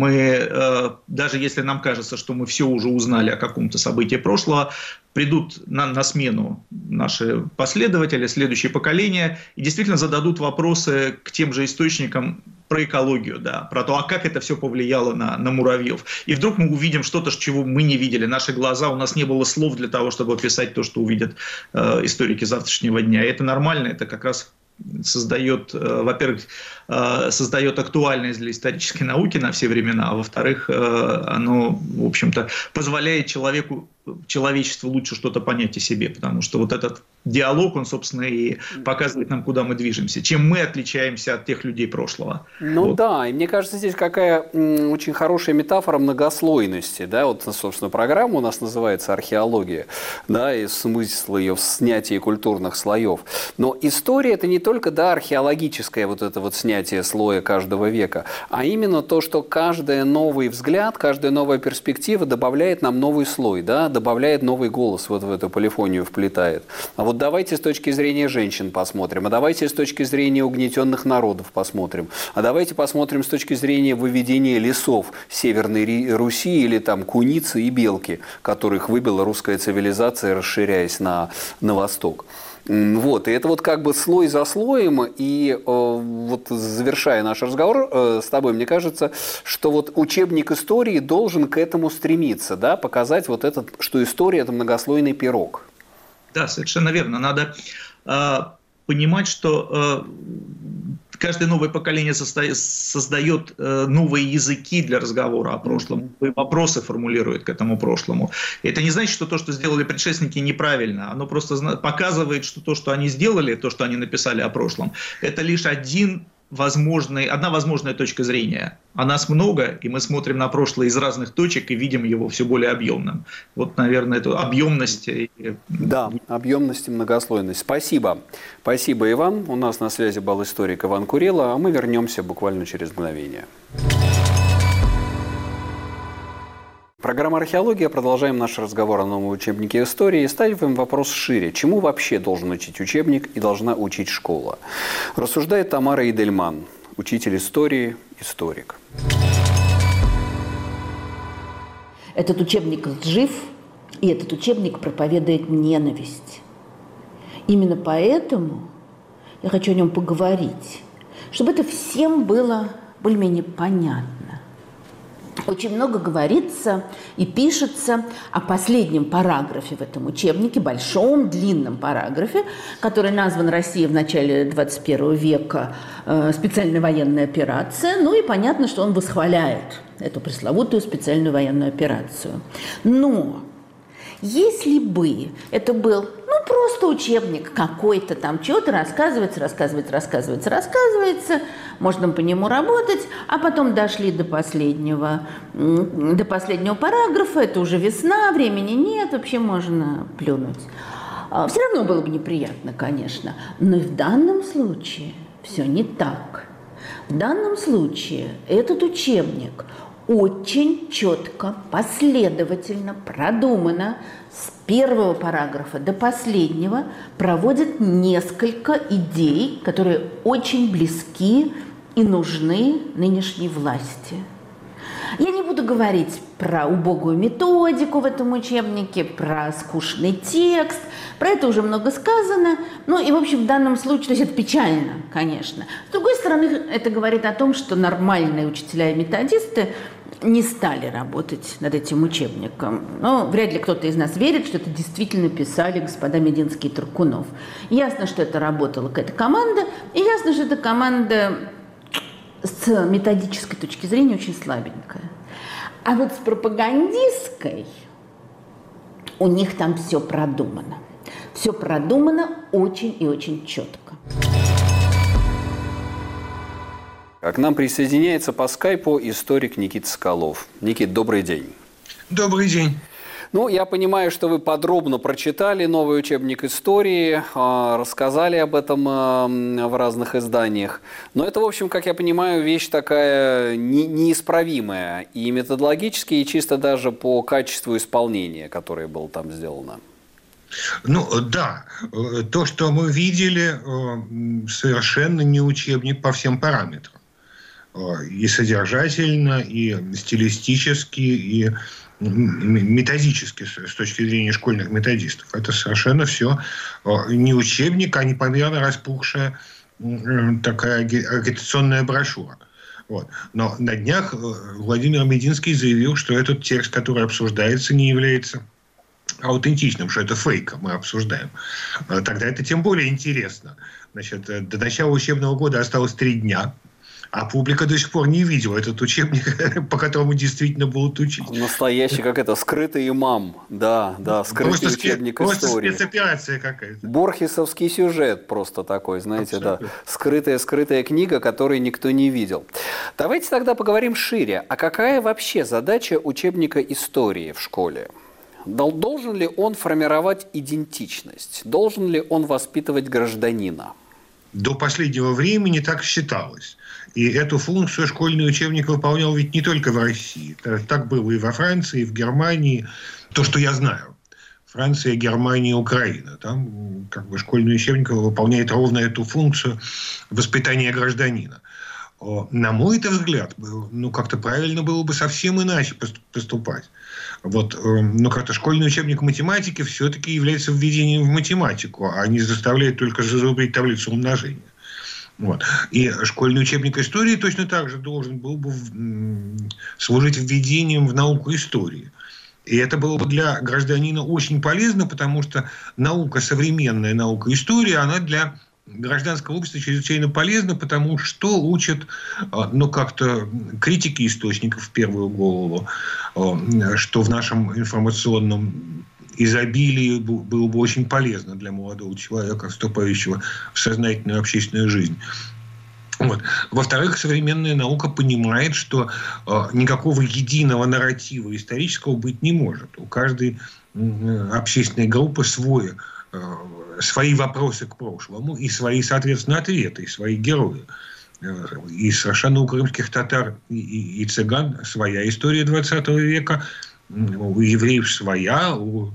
Мы, даже если нам кажется, что мы все уже узнали о каком-то событии прошлого, придут на смену наши последователи, следующее поколение, и действительно зададут вопросы к тем же источникам про экологию, да, про то, а как это все повлияло на муравьев. И вдруг мы увидим что-то, чего мы не видели. Наши глаза, у нас не было слов для того, чтобы описать то, что увидят историки завтрашнего дня. И это нормально, это как раз создает, во-первых, создает актуальность для исторической науки на все времена, а во-вторых, оно, в общем-то, позволяет человечеству лучше что-то понять о себе, потому что вот этот диалог, он, собственно, и показывает нам, куда мы движемся, чем мы отличаемся от тех людей прошлого. Ну вот. Да, и мне кажется, здесь какая очень хорошая метафора многослойности, да, вот, собственно, программа у нас называется «Археология», да, и смысл ее в снятии культурных слоев. Но история – это не только, да, археологическое вот это вот снятие слоя каждого века, а именно то, что каждый новый взгляд, каждая новая перспектива добавляет нам новый слой, да, добавляет новый голос вот в эту полифонию, вплетает. А вот давайте с точки зрения женщин посмотрим, а давайте с точки зрения угнетенных народов посмотрим, а давайте посмотрим с точки зрения выведения лесов Северной Руси или там куницы и белки, которых выбила русская цивилизация, расширяясь на восток. Вот, и это вот как бы слой за слоем, и вот завершая наш разговор с тобой, мне кажется, что вот учебник истории должен к этому стремиться, да, показать вот этот, что история – это многослойный пирог. Да, совершенно верно. Надо понимать, что каждое новое поколение создает новые языки для разговора о прошлом, вопросы формулирует к этому прошлому. И это не значит, что то, что сделали предшественники, неправильно. Оно просто показывает, что то, что они сделали, то, что они написали о прошлом, это лишь одна возможная точка зрения. А нас много, и мы смотрим на прошлое из разных точек и видим его все более объемным. Вот, наверное, эту объемность. Да, объемность и многослойность. Спасибо. Спасибо, Иван. У нас на связи был историк Иван Курило, а мы вернемся буквально через мгновение. Программа «Археология». Продолжаем наш разговор о новом учебнике истории и ставим вопрос шире. Чему вообще должен учить учебник и должна учить школа? Рассуждает Тамара Идельман, учитель истории, историк. Этот учебник лжив, и этот учебник проповедует ненависть. Именно поэтому я хочу о нем поговорить, чтобы это всем было более-менее понятно. Очень много говорится и пишется о последнем параграфе в этом учебнике, большом, длинном параграфе, который назван «Россия в начале 21 века. Специальная военная операция». Ну и понятно, что он восхваляет эту пресловутую специальную военную операцию. Но если бы это был просто учебник какой-то, там чего-то рассказывается, можно по нему работать, а потом дошли до последнего параграфа, это уже весна, времени нет, вообще можно плюнуть. Все равно было бы неприятно, конечно, но и в данном случае все не так. В данном случае этот учебник очень четко, последовательно, продуманно, с первого параграфа до последнего проводит несколько идей, которые очень близки и нужны нынешней власти. Я не буду говорить про убогую методику в этом учебнике, про скучный текст, про это уже много сказано. Ну и, в общем, в данном случае, то есть это печально, конечно. С другой стороны, это говорит о том, что нормальные учителя и методисты не стали работать над этим учебником. Но вряд ли кто-то из нас верит, что это действительно писали господа Мединский и Туркунов. Ясно, что это работала какая-то команда, и ясно, что эта команда с методической точки зрения очень слабенькая. А вот с пропагандистской у них там все продумано. Все продумано очень и очень четко. К нам присоединяется по скайпу историк Никита Соколов. Никит, добрый день. Добрый день. Ну, я понимаю, что вы подробно прочитали новый учебник истории, рассказали об этом в разных изданиях. Но это, в общем, как я понимаю, вещь такая неисправимая и методологически, и чисто даже по качеству исполнения, которое было там сделано. Ну, да. То, что мы видели, совершенно не учебник по всем параметрам. И содержательно, и стилистически, и методически, с точки зрения школьных методистов. Это совершенно все не учебник, а непомерно распухшая такая агитационная брошюра. Вот. Но на днях Владимир Мединский заявил, что этот текст, который обсуждается, не является аутентичным, что это фейк, мы обсуждаем. Тогда это тем более интересно. Значит, до начала учебного года осталось 3 дня. А публика до сих пор не видела этот учебник, по которому действительно будут учить. Настоящий, как это, скрытый имам. Да, скрытый просто учебник просто истории. Просто спецоперация какая-то. Борхесовский сюжет просто такой, знаете, абсолютно. Да. Скрытая книга, которую никто не видел. Давайте тогда поговорим шире. А какая вообще задача учебника истории в школе? Должен ли он формировать идентичность? Должен ли он воспитывать гражданина? До последнего времени так считалось. И эту функцию школьный учебник выполнял ведь не только в России. Так было и во Франции, и в Германии. То, что я знаю. Франция, Германия, Украина. Там как бы школьный учебник выполняет ровно эту функцию воспитания гражданина. На мой взгляд, как-то правильно было бы совсем иначе поступать. Вот, как-то школьный учебник математики все-таки является введением в математику, а не заставляет только зазубрить таблицу умножения. Вот. И школьный учебник истории точно так же должен был бы служить введением в науку истории. И это было бы для гражданина очень полезно, потому что наука, современная наука истории, она для гражданского общества чрезвычайно полезна, потому что учат, как-то критики источников в первую голову, что в нашем информационном изобилии было бы очень полезно для молодого человека, вступающего в сознательную общественную жизнь. Вот. Во-вторых, современная наука понимает, что никакого единого нарратива исторического быть не может. У каждой общественной группы свои вопросы к прошлому и свои, соответственно, ответы, и свои герои. И совершенно у крымских татар и цыган своя история 20 века, у евреев своя, у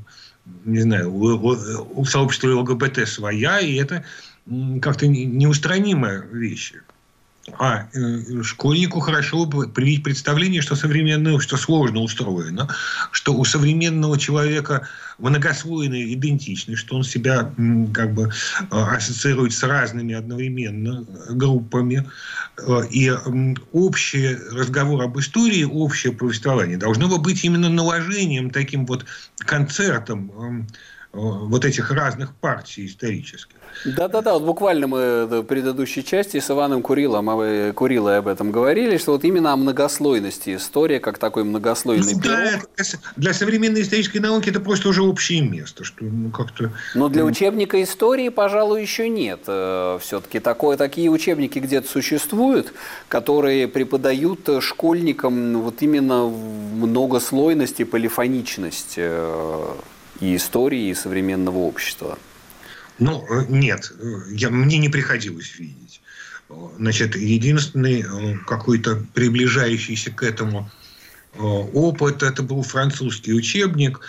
сообщества ЛГБТ своя, и это как-то неустранимая вещь. Школьнику хорошо привить представление, что современное общество сложно устроено, что у современного человека многослойная идентичность, что он себя как бы ассоциирует с разными одновременно группами. И общий разговор об истории, общее повествование должно быть именно наложением, таким вот концертом вот этих разных партий исторических. Да-да-да, вот буквально мы в предыдущей части с Иваном Курилой об этом говорили, что вот именно о многослойности история, как такой многослойный пирог. Да, для современной исторической науки это просто уже общее место. Что, как-то... Но для учебника истории, пожалуй, еще нет. Все-таки такие учебники где-то существуют, которые преподают школьникам вот именно многослойность и полифоничность и истории, и современного общества. Ну, нет, мне не приходилось видеть. Значит, единственный какой-то приближающийся к этому опыт, это был французский учебник,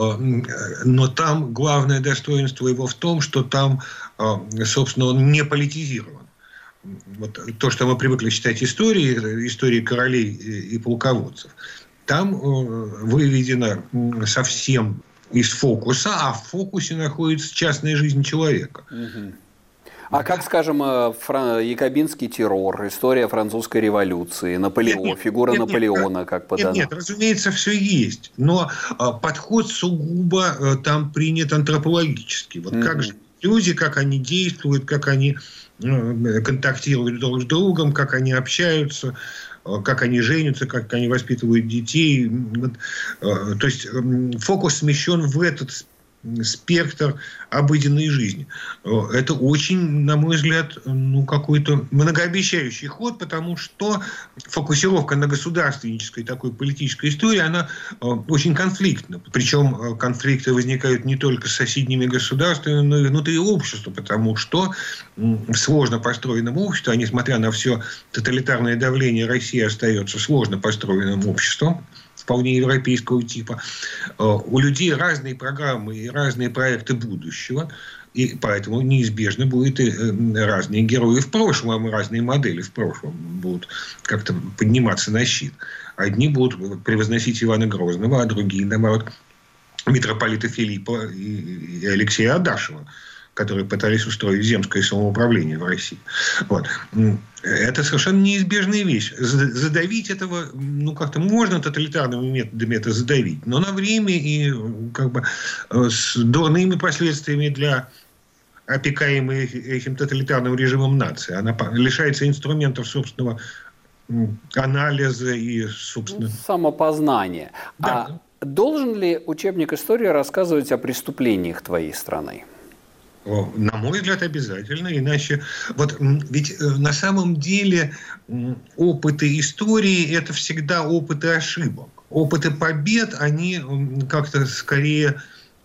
но там главное достоинство его в том, что там, собственно, он не политизирован. Вот то, что мы привыкли считать историей королей и полководцев, там выведено совсем из фокуса, а в фокусе находится частная жизнь человека. А как, скажем, якобинский террор, история французской революции, фигура Наполеона, как подана? Нет, разумеется, все есть. Но подход сугубо там принят антропологически. Вот как же люди, как они действуют, как они контактируют друг с другом, как они общаются, как они женятся, как они воспитывают детей. То есть фокус смещен в этот спектр обыденной жизни. Это очень, на мой взгляд, какой-то многообещающий ход, потому что фокусировка на государственнической такой политической истории, она очень конфликтна. Причем конфликты возникают не только с соседними государствами, но и внутри общества, потому что в сложно построенном обществе, несмотря на все тоталитарное давление, Россия остается сложно построенным обществом, вполне европейского типа. У людей разные программы и разные проекты будущего, и поэтому неизбежно будут и разные герои в прошлом, разные модели в прошлом будут как-то подниматься на щит. Одни будут превозносить Ивана Грозного, а другие, наоборот, митрополита Филиппа и Алексея Адашева, которые пытались устроить земское самоуправление в России. Вот. Это совершенно неизбежная вещь. Задавить этого, как-то можно тоталитарными методами это задавить, но на время и как бы с дурными последствиями для опекаемой этим тоталитарным режимом нации. Она лишается инструментов собственного анализа и, собственно... самопознания. Да. А должен ли учебник истории рассказывать о преступлениях твоей страны? На мой взгляд, обязательно. Иначе... Ведь на самом деле опыты истории – это всегда опыты ошибок. Опыты побед, они как-то скорее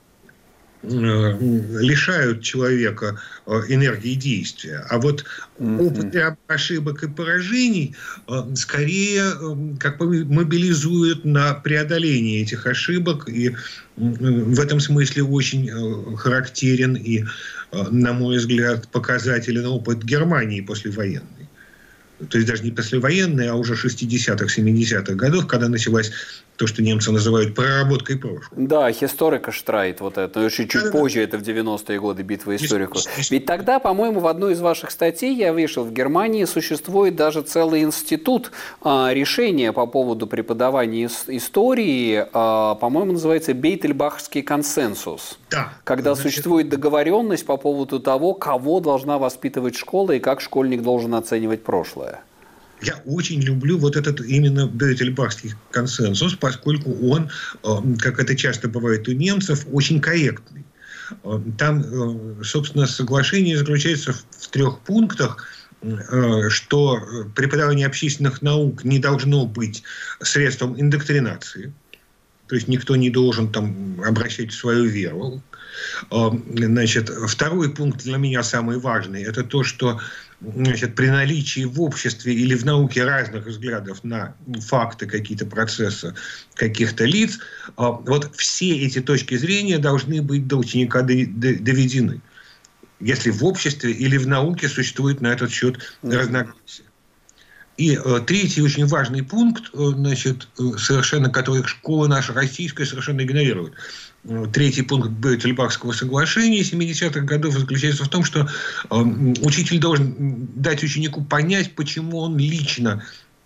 лишают человека энергии действия. А вот опыты ошибок и поражений скорее как бы мобилизуют на преодоление этих ошибок. И в этом смысле очень характерен и, на мой взгляд, показателен опыт Германии послевоенной. То есть даже не послевоенной, а уже 60-х, 70-х годов, когда началась то, что немцы называют проработкой прошлого. Да, Historica Streit, вот это, но чуть позже, это в 90-е годы битва историков. Ведь тогда, по-моему, в одной из ваших статей я вышел, в Германии существует даже целый институт решения по поводу преподавания истории, по-моему, называется Бейтельбахский консенсус. Да. Когда существует договоренность по поводу того, кого должна воспитывать школа и как школьник должен оценивать прошлое. Я очень люблю вот этот именно Бейтельбахский консенсус, поскольку он, как это часто бывает у немцев, очень корректный. Там, собственно, соглашение заключается в 3 пунктах, что преподавание общественных наук не должно быть средством индоктринации, то есть никто не должен там обращать свою веру. Значит, 2 пункт для меня самый важный – это то, что при наличии в обществе или в науке разных взглядов на факты, какие-то процессы каких-то лиц, вот все эти точки зрения должны быть до ученика доведены, если в обществе или в науке существует на этот счет разногласия. И третий очень важный пункт, значит, совершенно, который школа наша российская совершенно игнорирует. Третий пункт Бетельбахского соглашения 70-х годов заключается в том, что учитель должен дать ученику понять, почему он лично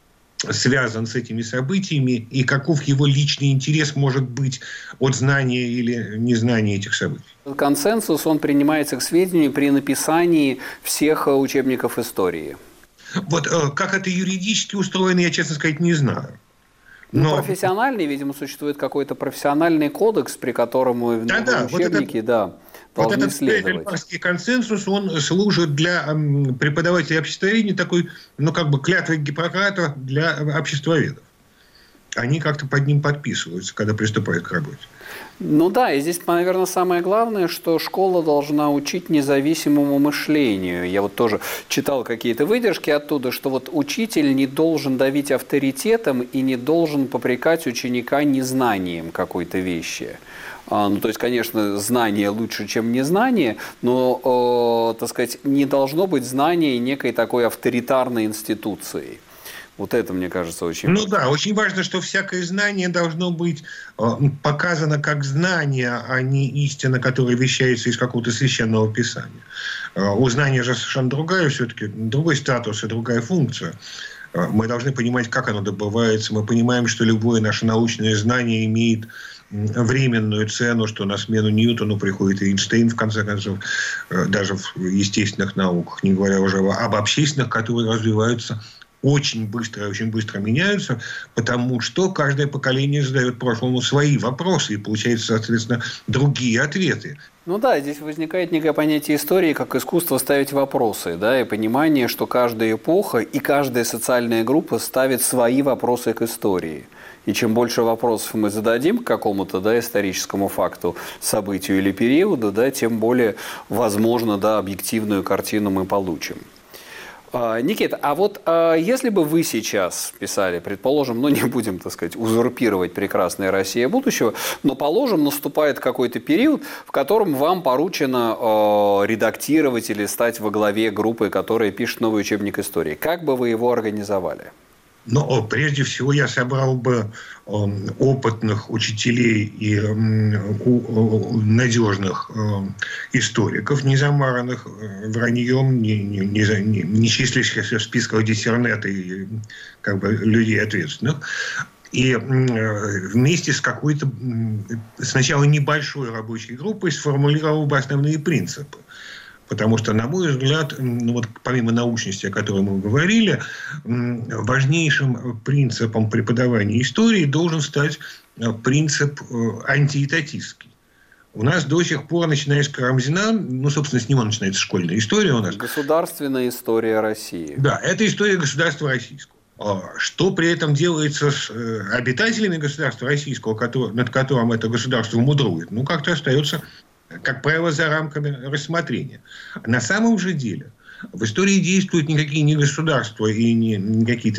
связан с этими событиями и каков его личный интерес может быть от знания или незнания этих событий. Консенсус, он принимается к сведению при написании всех учебников истории. Вот как это юридически устроено, я, честно сказать, не знаю. Но профессиональный, видимо, существует какой-то профессиональный кодекс, при котором учебники должны следовать. Бетельбахский консенсус, он служит для преподавателей обществоведения такой, клятвой Гиппократа для обществоведов. Они как-то под ним подписываются, когда приступают к работе. И здесь, наверное, самое главное, что школа должна учить независимому мышлению. Я тоже читал какие-то выдержки оттуда, что учитель не должен давить авторитетом и не должен попрекать ученика незнанием какой-то вещи. То есть, конечно, знание лучше, чем незнание, но, не должно быть знания некой такой авторитарной институцией. Это, мне кажется, очень важно. Очень важно, что всякое знание должно быть показано как знание, а не истина, которая вещается из какого-то священного писания. У знания же совершенно другая, все-таки другой статус и другая функция. Мы должны понимать, как оно добывается. Мы понимаем, что любое наше научное знание имеет временную цену, что на смену Ньютону приходит Эйнштейн, в конце концов, даже в естественных науках, не говоря уже об общественных, которые развиваются очень быстро меняются, потому что каждое поколение задает прошлому свои вопросы и получается, соответственно, другие ответы. Здесь возникает некое понятие истории как искусство ставить вопросы, и понимание, что каждая эпоха и каждая социальная группа ставит свои вопросы к истории. И чем больше вопросов мы зададим к какому-то историческому факту, событию или периоду, тем более, возможно, объективную картину мы получим. Никита, если бы вы сейчас писали, предположим, не будем, узурпировать прекрасная Россия будущего, но, положим, наступает какой-то период, в котором вам поручено редактировать или стать во главе группы, которая пишет новый учебник истории. Как бы вы его организовали? Прежде всего, я собрал бы опытных учителей и надежных историков, не замаранных враньем, не числящихся в списках диссернета и людей ответственных. И вместе с какой-то сначала небольшой рабочей группой сформулировал бы основные принципы. Потому что, на мой взгляд, помимо научности, о которой мы говорили, важнейшим принципом преподавания истории должен стать принцип антиэтатистский. У нас до сих пор, начиная с Карамзина, собственно, с него начинается школьная история у нас. Государственная история России. Да, это история государства российского. Что при этом делается с обитателями государства российского, над которым это государство мудрует, как-то остается, как правило, за рамками рассмотрения. На самом же деле в истории действуют никакие не государства и не какие-то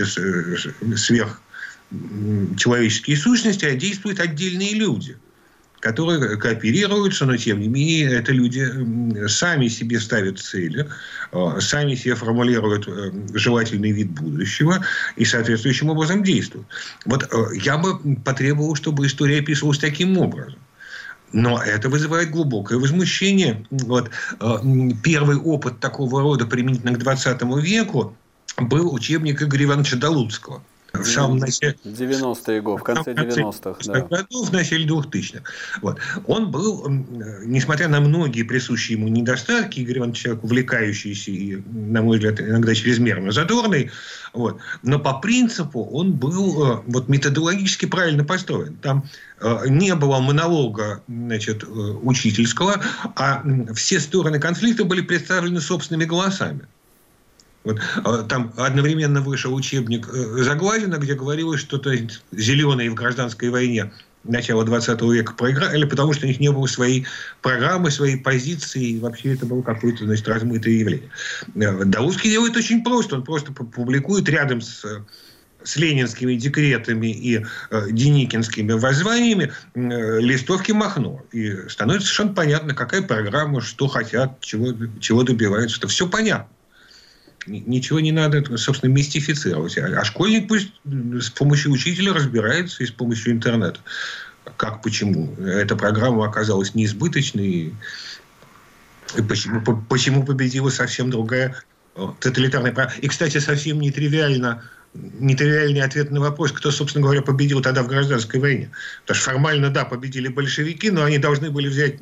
сверхчеловеческие сущности, а действуют отдельные люди, которые кооперируются, но тем не менее это люди сами себе ставят цели, сами себе формулируют желательный вид будущего и соответствующим образом действуют. Я бы потребовал, чтобы история описывалась таким образом. Но это вызывает глубокое возмущение. Первый опыт такого рода применительно к 20 веку был учебник Игоря Ивановича Долуцкого. В самом начале 90-е годы, в конце 90-х, годов, в начале 2000-х. Он был, несмотря на многие присущие ему недостатки, Игорь Иванович человек увлекающийся и, на мой взгляд, иногда чрезмерно задорный, но по принципу он был методологически правильно построен. Там не было монолога учительского, а все стороны конфликта были представлены собственными голосами. Там одновременно вышел учебник Загладина, где говорилось, что зеленые в гражданской войне начала 20 века проиграли, потому что у них не было своей программы, своей позиции, и вообще это было какое-то размытое явление. Долуцкий делает очень просто. Он просто публикует рядом с ленинскими декретами и деникинскими воззваниями листовки Махно. И становится совершенно понятно, какая программа, что хотят, чего добиваются. Это все понятно. Ничего не надо, собственно, мистифицировать. А школьник пусть с помощью учителя разбирается и с помощью интернета. Как, почему. Эта программа оказалась неизбыточной. И почему победила совсем другая тоталитарная программа. И, кстати, совсем нетривиальный ответ на вопрос, кто, собственно говоря, победил тогда в гражданской войне. Потому что формально, да, победили большевики, но они должны были взять,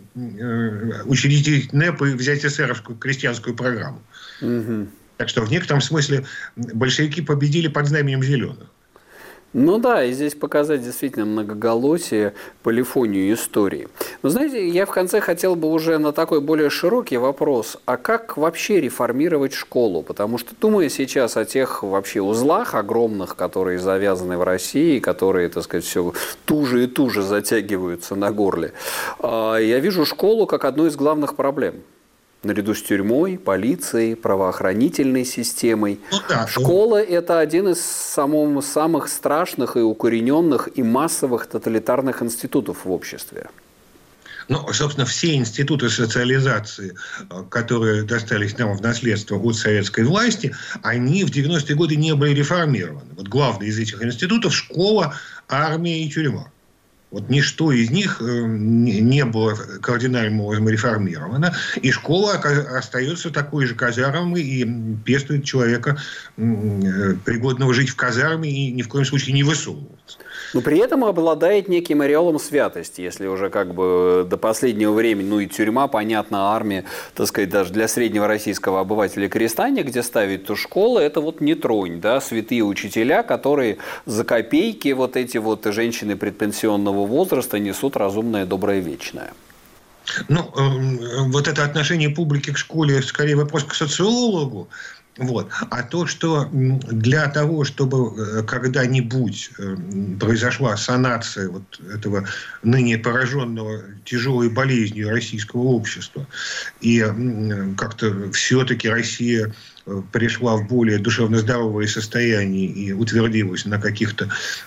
учредить НЭП и взять эсеровскую крестьянскую программу. Угу. Так что в некотором смысле большевики победили под знаменем зеленых. Ну да, и здесь показать действительно многоголосие, полифонию истории. Но знаете, я в конце хотел бы уже на такой более широкий вопрос, а как вообще реформировать школу? Потому что, думая сейчас о тех вообще узлах огромных, которые завязаны в России, которые, так сказать, все туже и туже затягиваются на горле, я вижу школу как одну из главных проблем. Наряду с тюрьмой, полицией, правоохранительной системой. Ну, да, школа – это один из самых страшных и укорененных и массовых тоталитарных институтов в обществе. Ну, собственно, все институты социализации, которые достались нам в наследство от советской власти, они в 90-е годы не были реформированы. Вот главный из этих институтов – школа, армия и тюрьма. Вот ничто из них не было кардинальным образом реформировано. И школа остается такой же казармой и пестует человека, пригодного жить в казарме и ни в коем случае не высовываться. Но при этом обладает неким ореолом святости, если уже как бы до последнего времени, ну и тюрьма, понятно, армия, так сказать, даже для среднего российского обывателя крестьяне, где ставить ту школу, это вот не тронь, да, святые учителя, которые за копейки вот эти вот женщины предпенсионного возраста несут разумное, доброе, вечное. Ну, вот это отношение публики к школе, скорее вопрос к социологу. Вот. А то, что для того, чтобы когда-нибудь произошла санация вот этого ныне пораженного тяжелой болезнью российского общества, и как-то все-таки Россия пришла в более душевно здоровое состояние и утвердилась на каких-то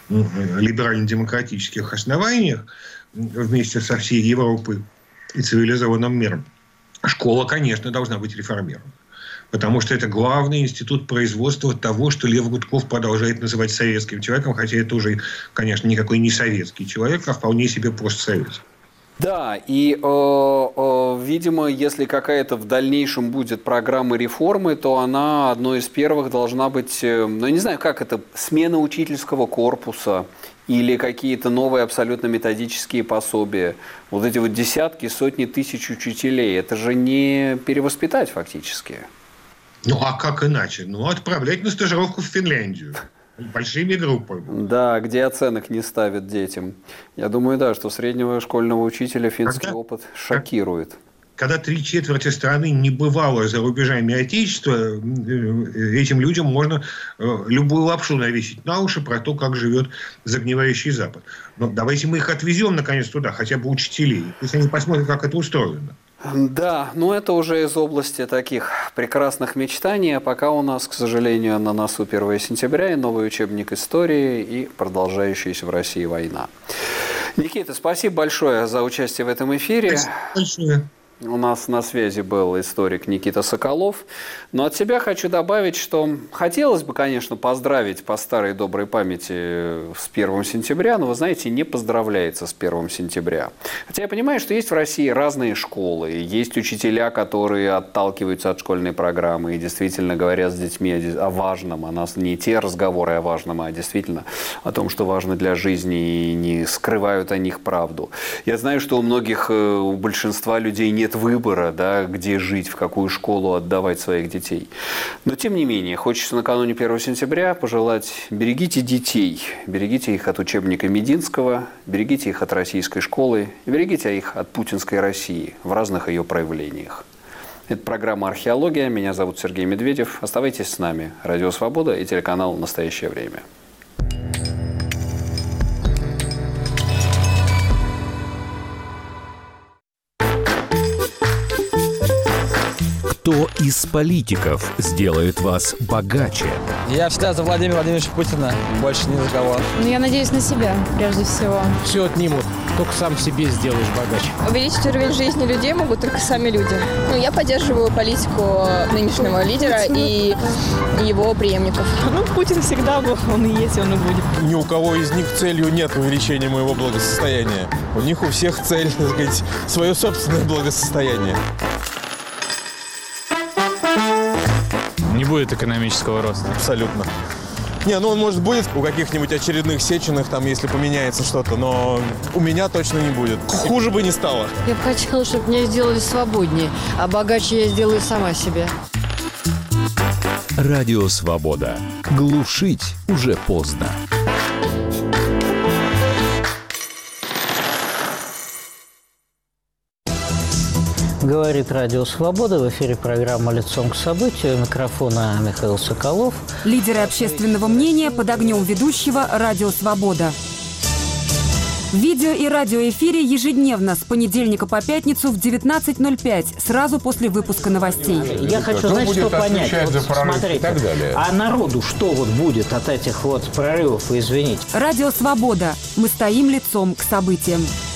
либерально-демократических основаниях вместе со всей Европой и цивилизованным миром, школа, конечно, должна быть реформирована. Потому что это главный институт производства того, что Лев Гудков продолжает называть советским человеком, хотя это уже, конечно, никакой не советский человек, а вполне себе постсоветский. Да, и, видимо, если какая-то в дальнейшем будет программа реформы, то она одной из первых должна быть, ну, не знаю, как это, смена учительского корпуса или какие-то новые абсолютно методические пособия. Вот эти вот десятки, сотни тысяч учителей, это же не перевоспитать фактически. Ну, а как иначе? Ну, отправлять на стажировку в Финляндию. Большими группами. Да, где оценок не ставят детям. Я думаю, да, что среднего школьного учителя финский опыт шокирует. Когда 3/4 страны не бывало за рубежами Отечества, этим людям можно любую лапшу навесить на уши про то, как живет загнивающий Запад. Но давайте мы их отвезем, наконец, туда, хотя бы учителей. Пусть они посмотрят, как это устроено. Да, но это уже из области таких прекрасных мечтаний, а пока у нас, к сожалению, на носу 1 сентября и новый учебник истории и продолжающаяся в России война. Никита, спасибо большое за участие в этом эфире. Спасибо большое. У нас на связи был историк Никита Соколов. Но от себя хочу добавить, что хотелось бы, конечно, поздравить по старой доброй памяти с 1 сентября, но, вы знаете, не поздравляется с 1 сентября. Хотя я понимаю, что есть в России разные школы, есть учителя, которые отталкиваются от школьной программы и действительно говорят с детьми о важном, о нас не те разговоры о важном, а действительно о том, что важно для жизни, и не скрывают о них правду. Я знаю, что у многих, у большинства людей нет выбора, да, где жить, в какую школу отдавать своих детей. Но, тем не менее, хочется накануне 1 сентября пожелать: берегите детей, берегите их от учебника Мединского, берегите их от российской школы, берегите их от путинской России в разных ее проявлениях. Это программа «Археология». Меня зовут Сергей Медведев. Оставайтесь с нами. Радио «Свобода» и телеканал «Настоящее время». Кто из политиков сделает вас богаче? Я всегда за Владимира Владимировича Путина, больше ни за кого. Я надеюсь на себя, прежде всего. Все отнимут. только сам себе сделаешь богач. Увеличить уровень жизни людей могут только сами люди. Я поддерживаю политику нынешнего лидера и его преемников. Путин всегда был, он и есть, он и будет. Ни у кого из них целью нет увеличения моего благосостояния. У них у всех цель, так сказать, свое собственное благосостояние. Не будет экономического роста. Абсолютно. Он, может, будет у каких-нибудь очередных Сеченых, там, если поменяется что-то, но у меня точно не будет. Хуже бы не стало. Я бы хотела, чтобы меня сделали свободнее, а богаче я сделаю сама себе. Радио «Свобода». Глушить уже поздно. Говорит Радио Свобода. В эфире программа «Лицом к событию». У микрофона Михаил Соколов. Лидеры общественного мнения под огнем ведущего Радио Свобода. В видео и радиоэфире ежедневно с понедельника по пятницу в 19:05, сразу после выпуска новостей. Я хочу, что понять. Смотрите, так далее. А народу что будет от этих прорывов, извините? Радио Свобода. Мы стоим лицом к событиям.